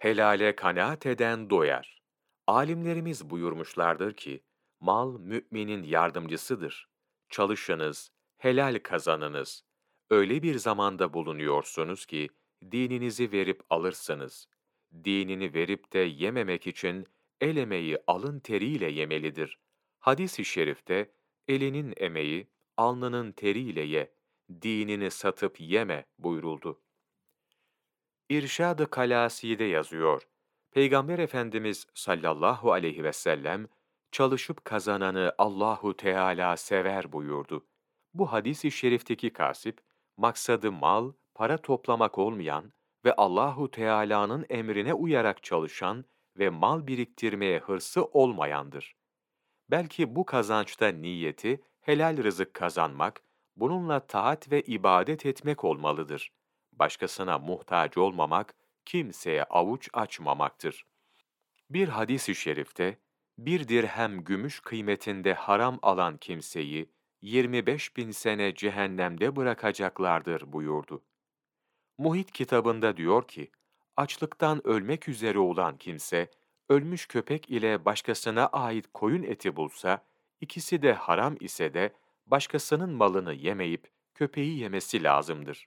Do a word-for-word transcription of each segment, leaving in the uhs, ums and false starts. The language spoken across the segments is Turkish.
Helale kanaat eden doyar. Alimlerimiz buyurmuşlardır ki, mal müminin yardımcısıdır. Çalışınız, helal kazanınız. Öyle bir zamanda bulunuyorsunuz ki, dininizi verip alırsınız. Dinini verip de yememek için el emeği alın teriyle yemelidir. Hadis-i şerifte, elinin emeği, alnının teriyle ye, dinini satıp yeme buyuruldu. İrşad-ı Kalasi'de yazıyor. Peygamber Efendimiz sallallahu aleyhi ve sellem çalışıp kazananı Allahu Teala sever buyurdu. Bu hadis-i şerifteki kasip, maksadı mal, para toplamak olmayan ve Allahu Teala'nın emrine uyarak çalışan ve mal biriktirmeye hırsı olmayandır. Belki bu kazançta niyeti helal rızık kazanmak, bununla taat ve ibadet etmek olmalıdır. Başkasına muhtaç olmamak, kimseye avuç açmamaktır. Bir hadis-i şerifte, bir dirhem gümüş kıymetinde haram alan kimseyi, yirmi beş bin sene cehennemde bırakacaklardır buyurdu. Muhit kitabında diyor ki, açlıktan ölmek üzere olan kimse, ölmüş köpek ile başkasına ait koyun eti bulsa, ikisi de haram ise de, başkasının malını yemeyip köpeği yemesi lazımdır.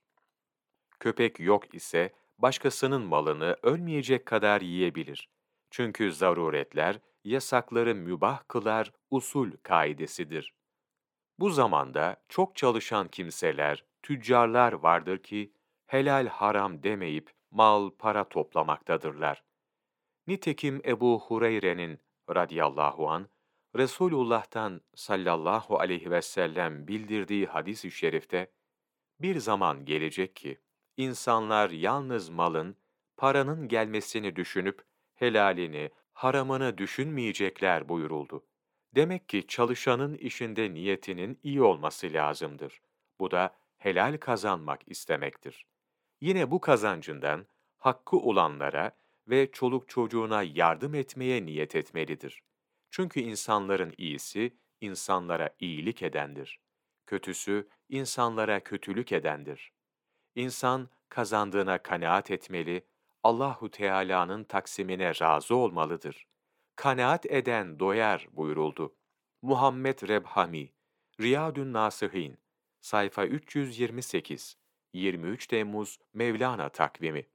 Köpek yok ise, başkasının malını ölmeyecek kadar yiyebilir. Çünkü zaruretler, yasakları mübah kılar usul kaidesidir. Bu zamanda çok çalışan kimseler, tüccarlar vardır ki, helal haram demeyip mal para toplamaktadırlar. Nitekim Ebu Hureyre'nin radıyallahu an Resulullah'tan sallallahu aleyhi ve sellem bildirdiği hadis-i şerifte, bir zaman gelecek ki, insanlar yalnız malın, paranın gelmesini düşünüp, helalini, haramını düşünmeyecekler buyuruldu. Demek ki çalışanın işinde niyetinin iyi olması lazımdır. Bu da helal kazanmak istemektir. Yine bu kazancından hakkı olanlara ve çoluk çocuğuna yardım etmeye niyet etmelidir. Çünkü insanların iyisi, insanlara iyilik edendir. Kötüsü, insanlara kötülük edendir. İnsan kazandığına kanaat etmeli, Allahu Teala'nın taksimine razı olmalıdır. Kanaat eden doyar buyuruldu. Muhammed Rebhami, Riyadün Nasihin, sayfa üç yüz yirmi sekiz, yirmi üç Temmuz Mevlana takvimi.